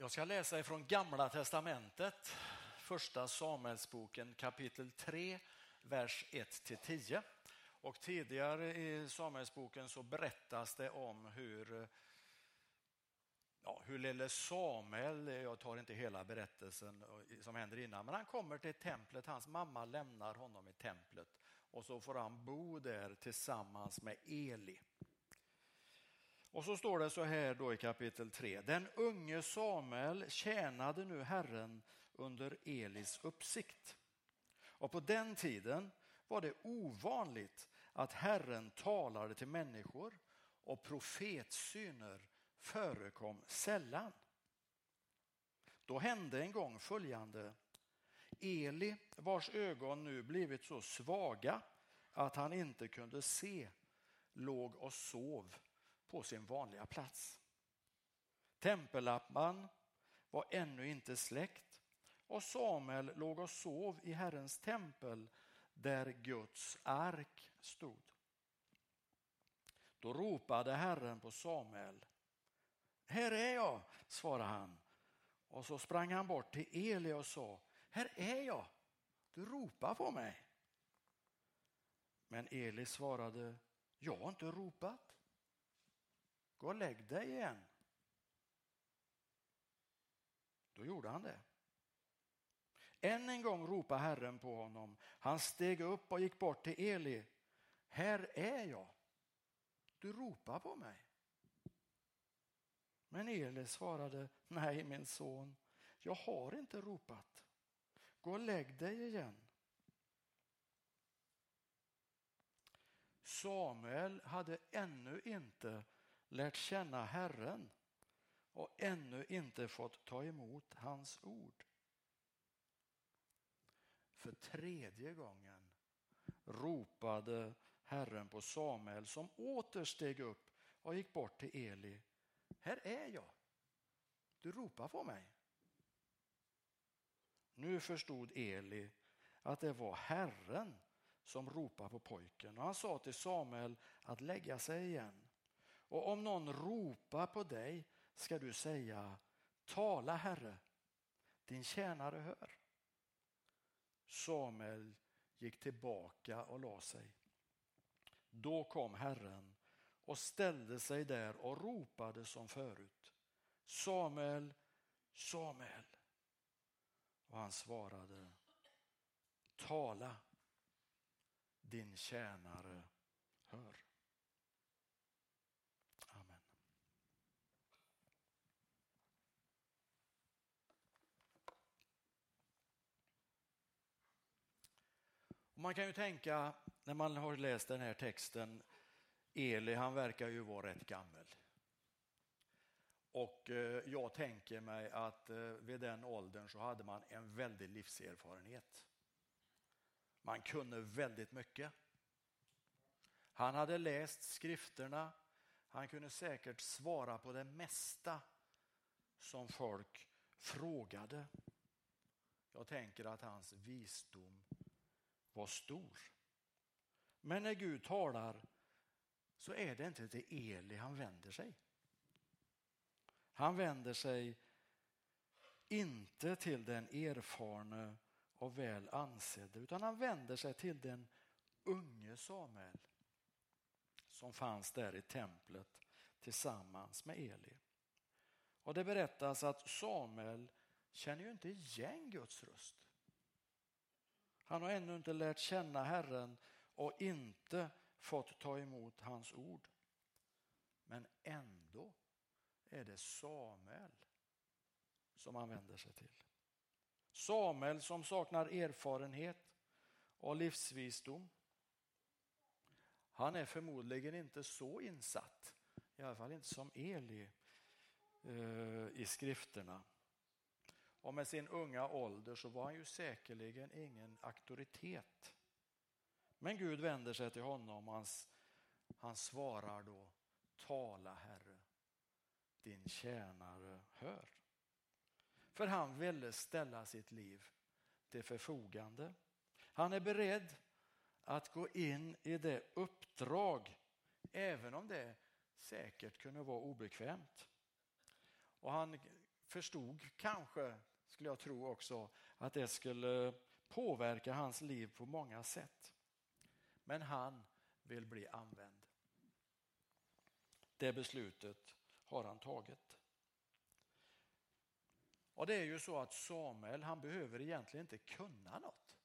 Jag ska läsa ifrån Gamla testamentet, första Samuelsboken kapitel 3, vers 1-10. Och tidigare i Samuelsboken så berättas det om hur lille Samuel, jag tar inte hela berättelsen som händer innan, men han kommer till templet, hans mamma lämnar honom i templet och så får han bo där tillsammans med Eli. Och så står det så här då i kapitel 3. Den unge Samuel tjänade nu Herren under Elis uppsikt. Och på den tiden var det ovanligt att Herren talade till människor och profetsyner förekom sällan. Då hände en gång följande. Eli, vars ögon nu blivit så svaga att han inte kunde se, låg och sov på sin vanliga plats. Tempellampan var ännu inte släckt och Samuel låg och sov i Herrens tempel där Guds ark stod. Då ropade Herren på Samuel. Här är jag, svarade han. Och så sprang han bort till Eli och sa, här är jag, du ropar på mig. Men Eli svarade, jag har inte ropat. Gå och lägg dig igen. Då gjorde han det. Än en gång ropade Herren på honom. Han steg upp och gick bort till Eli. Här är jag. Du ropar på mig. Men Eli svarade, nej min son, jag har inte ropat. Gå och lägg dig igen. Samuel hade ännu inte lärt känna Herren och ännu inte fått ta emot hans ord. För tredje gången ropade Herren på Samuel som åter steg upp och gick bort till Eli. Här är jag. Du ropar på mig. Nu förstod Eli att det var Herren som ropade på pojken och han sa till Samuel att lägga sig igen. Och om någon ropar på dig ska du säga, tala Herre, din tjänare hör. Samuel gick tillbaka och la sig. Då kom Herren och ställde sig där och ropade som förut. Samuel, Samuel. Och han svarade, tala, din tjänare hör. Amen. Och man kan ju tänka, när man har läst den här texten, Eli han verkar ju vara rätt gammal. Och jag tänker mig att vid den åldern så hade man en väldig livserfarenhet. Man kunde väldigt mycket. Han hade läst skrifterna. Han kunde säkert svara på det mesta som folk frågade. Jag tänker att hans visdom var stor. Men när Gud talar så är det inte till Eli han vänder sig. Han vänder sig inte till den erfarne och väl ansedde, utan han vänder sig till den unge Samuel som fanns där i templet tillsammans med Eli. Och det berättas att Samuel känner ju inte igen Guds röst. Han har ännu inte lärt känna Herren och inte fått ta emot hans ord. Men ändå är det Samuel som han vänder sig till. Samuel som saknar erfarenhet och livsvisdom. Han är förmodligen inte så insatt, i alla fall inte som Eli i skrifterna. Och med sin unga ålder så var han ju säkerligen ingen auktoritet. Men Gud vänder sig till honom och han svarar då, tala Herre, din tjänare hör. För han ville ställa sitt liv till förfogande. Han är beredd att gå in i det uppdrag, även om det säkert kunde vara obekvämt. Och han förstod kanske, skulle jag tro också, att det skulle påverka hans liv på många sätt. Men han vill bli använd. Det beslutet har han tagit. Och det är ju så att Samuel, han behöver egentligen inte kunna något.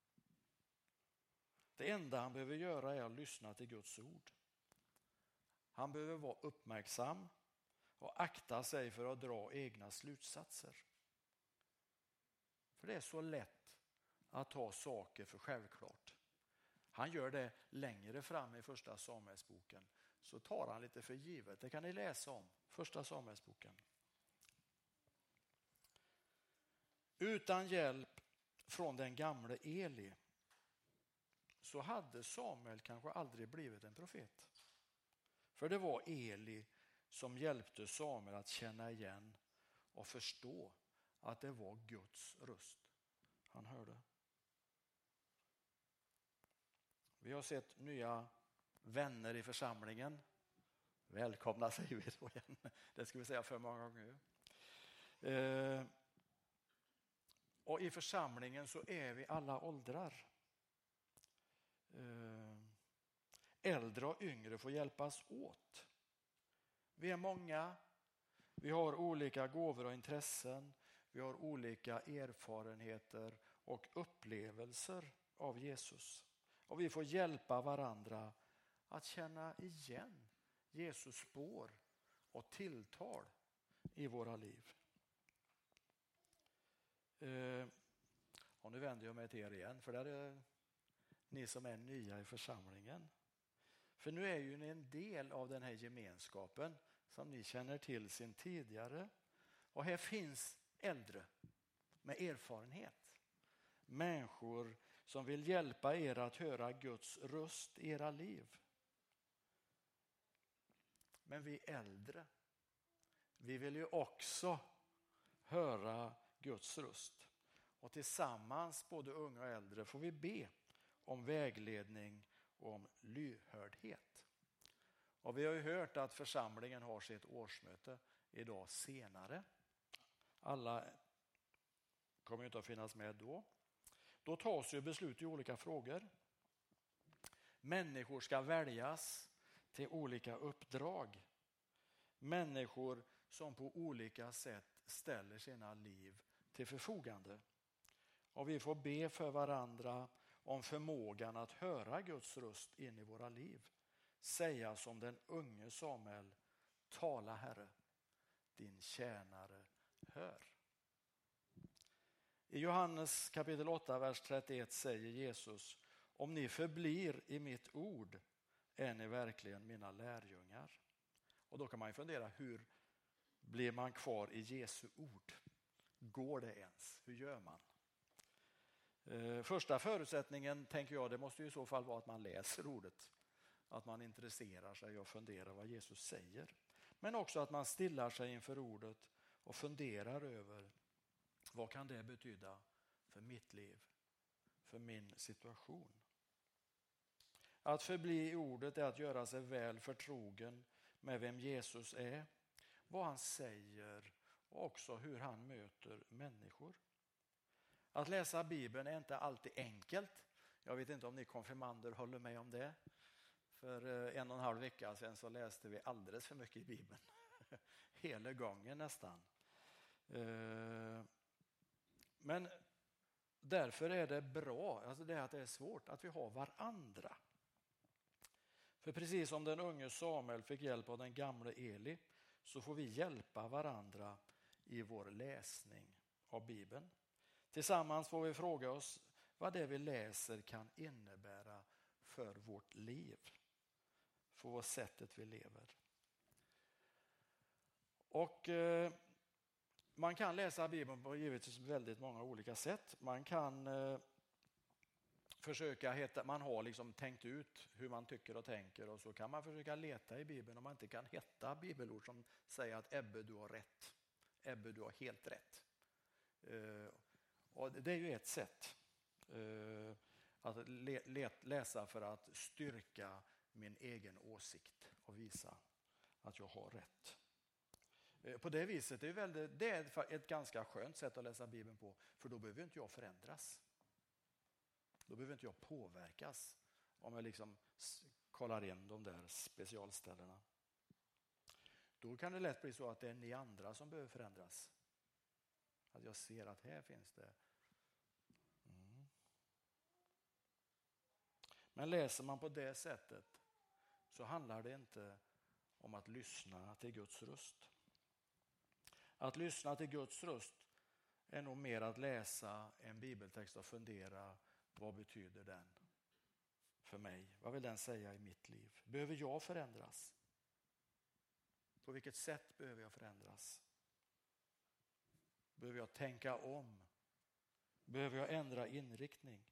Det enda han behöver göra är att lyssna till Guds ord. Han behöver vara uppmärksam och akta sig för att dra egna slutsatser. För det är så lätt att ta saker för självklart. Han gör det längre fram i första Samuelsboken. Så tar han lite för givet. Det kan ni läsa om. Första Samuelsboken. Utan hjälp från den gamle Eli så hade Samuel kanske aldrig blivit en profet. För det var Eli som hjälpte Samuel att känna igen och förstå att det var Guds röst han hörde. Vi har sett nya vänner i församlingen. Välkomna säger vi då igen. Det ska vi säga för många gånger. Och i församlingen så är vi alla åldrar. Äldre och yngre får hjälpas åt. Vi är många. Vi har olika gåvor och intressen. Vi har olika erfarenheter och upplevelser av Jesus. Och vi får hjälpa varandra att känna igen Jesus spår och tilltal i våra liv. Och nu vänder jag mig till er igen, för det är ni som är nya i församlingen. För nu är ju ni en del av den här gemenskapen som ni känner till sin tidigare. Och här finns äldre med erfarenhet. Människor som vill hjälpa er att höra Guds röst i era liv. Men vi äldre, vi vill ju också höra Guds röst. Och tillsammans, både unga och äldre, får vi be om vägledning och om lyhördhet. Och vi har ju hört att församlingen har sitt årsmöte idag senare. Alla kommer inte att finnas med då. Då tas ju beslut i olika frågor. Människor ska väljas till olika uppdrag. Människor som på olika sätt ställer sina liv till förfogande. Och vi får be för varandra om förmågan att höra Guds röst in i våra liv. Säga som den unge Samuel: tala Herre, din tjänare hör. I Johannes kapitel 8, vers 31 säger Jesus: om ni förblir i mitt ord är ni verkligen mina lärjungar. Och då kan man ju fundera, hur blir man kvar i Jesu ord? Går det ens? Hur gör man? Första förutsättningen, tänker jag, det måste ju i så fall vara att man läser ordet. Att man intresserar sig och funderar vad Jesus säger. Men också att man stillar sig inför ordet och funderar över: vad kan det betyda för mitt liv, för min situation? Att förbli i ordet är att göra sig väl förtrogen med vem Jesus är, vad han säger och också hur han möter människor. Att läsa Bibeln är inte alltid enkelt. Jag vet inte om ni konfirmander håller med om det. För 1,5 vecka sedan så läste vi alldeles för mycket i Bibeln. Hela gången nästan. Men därför är det bra, alltså det att det är svårt, att vi har varandra. För precis som den unge Samuel fick hjälp av den gamle Eli, så får vi hjälpa varandra i vår läsning av Bibeln. Tillsammans får vi fråga oss vad det vi läser kan innebära för vårt liv, för sättet vi lever. Och man kan läsa Bibeln på givetvis väldigt många olika sätt. Man kan försöka hitta, man har liksom tänkt ut hur man tycker och tänker, och så kan man försöka leta i Bibeln om man inte kan hitta bibelord som säger att Ebbe, du har rätt. Ebbe, du har helt rätt. Och det är ju ett sätt att läsa för att styrka min egen åsikt och visa att jag har rätt. På det viset det är ett ganska skönt sätt att läsa Bibeln på, för då behöver inte jag förändras. Då behöver inte jag påverkas om jag liksom kollar in de där specialställena. Då kan det lätt bli så att det är ni andra som behöver förändras. Att jag ser att här finns det. Men läser man på det sättet så handlar det inte om att lyssna till Guds röst. Att lyssna till Guds röst är nog mer att läsa en bibeltext och fundera, vad betyder den för mig? Vad vill den säga i mitt liv? Behöver jag förändras? På vilket sätt behöver jag förändras? Behöver jag tänka om? Behöver jag ändra inriktning?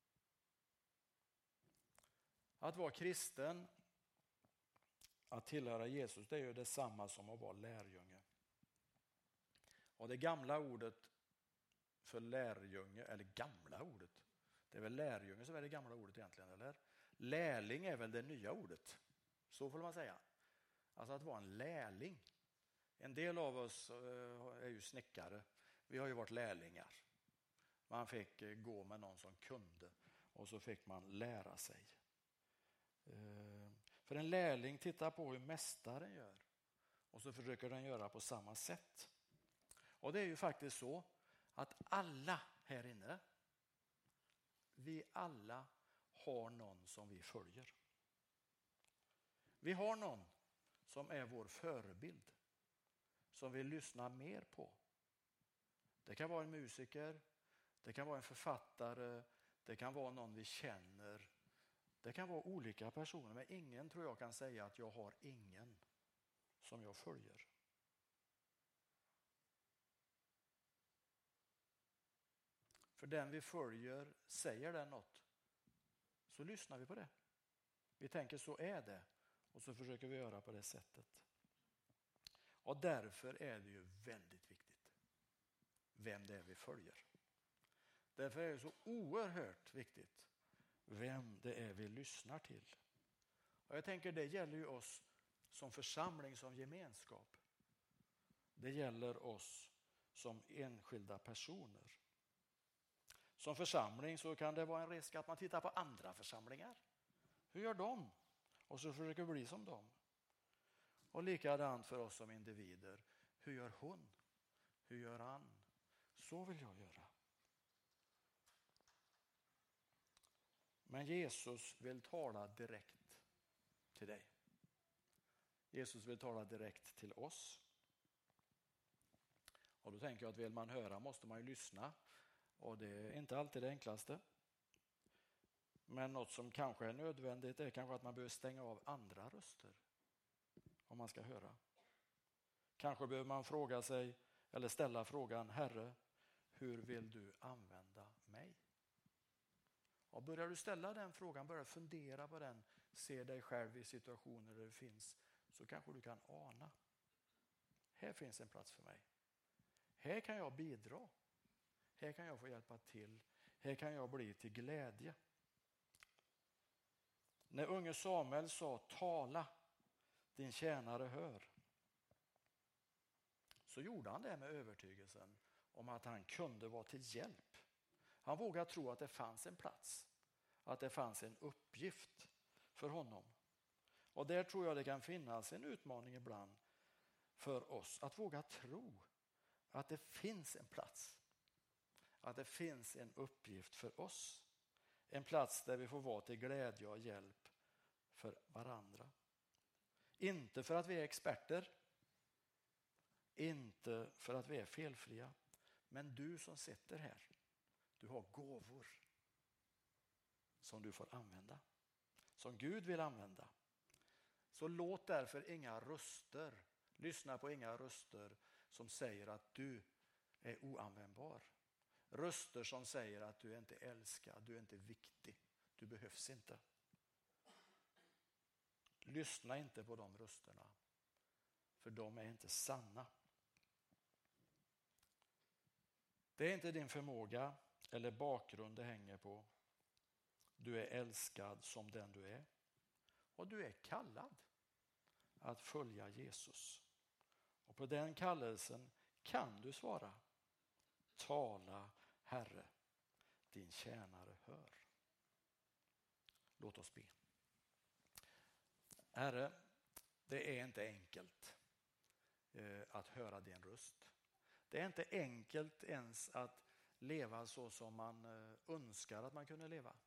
Att vara kristen, att tillhöra Jesus, det är ju detsamma som att vara lärjunge. Och det gamla ordet för lärjunge, eller gamla ordet, det är väl lärjunge som är det gamla ordet egentligen, eller? Lärling är väl det nya ordet, så får man säga. Alltså att vara en lärling. En del av oss är ju snickare, vi har ju varit lärlingar. Man fick gå med någon som kunde och så fick man lära sig. För en lärling tittar på hur mästaren gör och så försöker den göra på samma sätt. Och det är ju faktiskt så att alla här inne, vi alla har någon som vi följer. Vi har någon som är vår förebild, som vi lyssnar mer på. Det kan vara en musiker, det kan vara en författare, det kan vara någon vi känner. Det kan vara olika personer, men ingen tror jag kan säga att jag har ingen som jag följer. För den vi följer, säger den något, så lyssnar vi på det. Vi tänker så är det och så försöker vi göra på det sättet. Och därför är det ju väldigt viktigt vem det är vi följer. Därför är det så oerhört viktigt vem det är vi lyssnar till. Och jag tänker det gäller ju oss som församling, som gemenskap. Det gäller oss som enskilda personer. Som församling så kan det vara en risk att man tittar på andra församlingar. Hur gör de? Och så försöker bli som dem. Och likadant för oss som individer. Hur gör hon? Hur gör han? Så vill jag göra. Men Jesus vill tala direkt till dig. Jesus vill tala direkt till oss. Och då tänker jag att vill man höra måste man ju lyssna. Och det är inte alltid det enklaste. Men något som kanske är nödvändigt är kanske att man behöver stänga av andra röster om man ska höra. Kanske behöver man fråga sig eller ställa frågan: Herre, hur vill du använda mig? Och börjar du ställa den frågan, börjar fundera på den, se dig själv i situationer där det finns, så kanske du kan ana. Här finns en plats för mig. Här kan jag bidra. Här kan jag få hjälpa till. Här kan jag bli till glädje. När unge Samuel sa tala, din tjänare hör, så gjorde han det med övertygelsen om att han kunde vara till hjälp. Han vågade tro att det fanns en plats, att det fanns en uppgift för honom. Och där tror jag det kan finnas en utmaning ibland för oss, att våga tro att det finns en plats, att det finns en uppgift för oss. En plats där vi får vara till glädje och hjälp för varandra. Inte för att vi är experter, inte för att vi är felfria, men du som sitter här, du har gåvor som du får använda, som Gud vill använda. Så låt därför inga röster, lyssna på inga röster som säger att du är oanvändbar. Röster som säger att du är inte älskad, du är inte viktig, du behövs inte. Lyssna inte på de rösterna, för de är inte sanna. Det är inte din förmåga eller bakgrund det hänger på. Du är älskad som den du är. Och du är kallad att följa Jesus. Och på den kallelsen kan du svara: tala, Herre, din tjänare hör. Låt oss be. Herre, det är inte enkelt att höra din röst. Det är inte enkelt ens att leva så som man önskar att man kunde leva.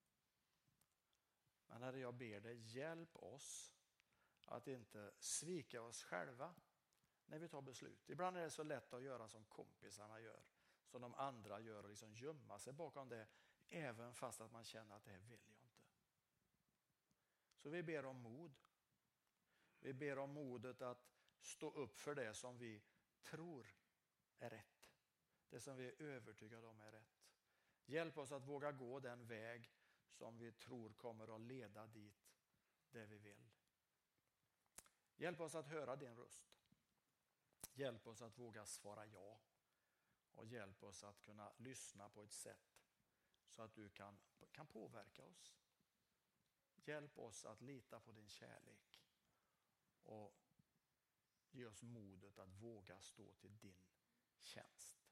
Men Herre, jag ber dig, hjälp oss att inte svika oss själva när vi tar beslut. Ibland är det så lätt att göra som kompisarna gör, som de andra gör, och liksom gömma sig bakom det, även fast att man känner att det här vill jag inte. Så vi ber om mod. Vi ber om modet att stå upp för det som vi tror är rätt. Det som vi är övertygade om är rätt. Hjälp oss att våga gå den väg som vi tror kommer att leda dit där vi vill. Hjälp oss att höra din röst. Hjälp oss att våga svara ja. Och hjälp oss att kunna lyssna på ett sätt så att du kan påverka oss. Hjälp oss att lita på din kärlek. Och ge oss modet att våga stå till din tjänst.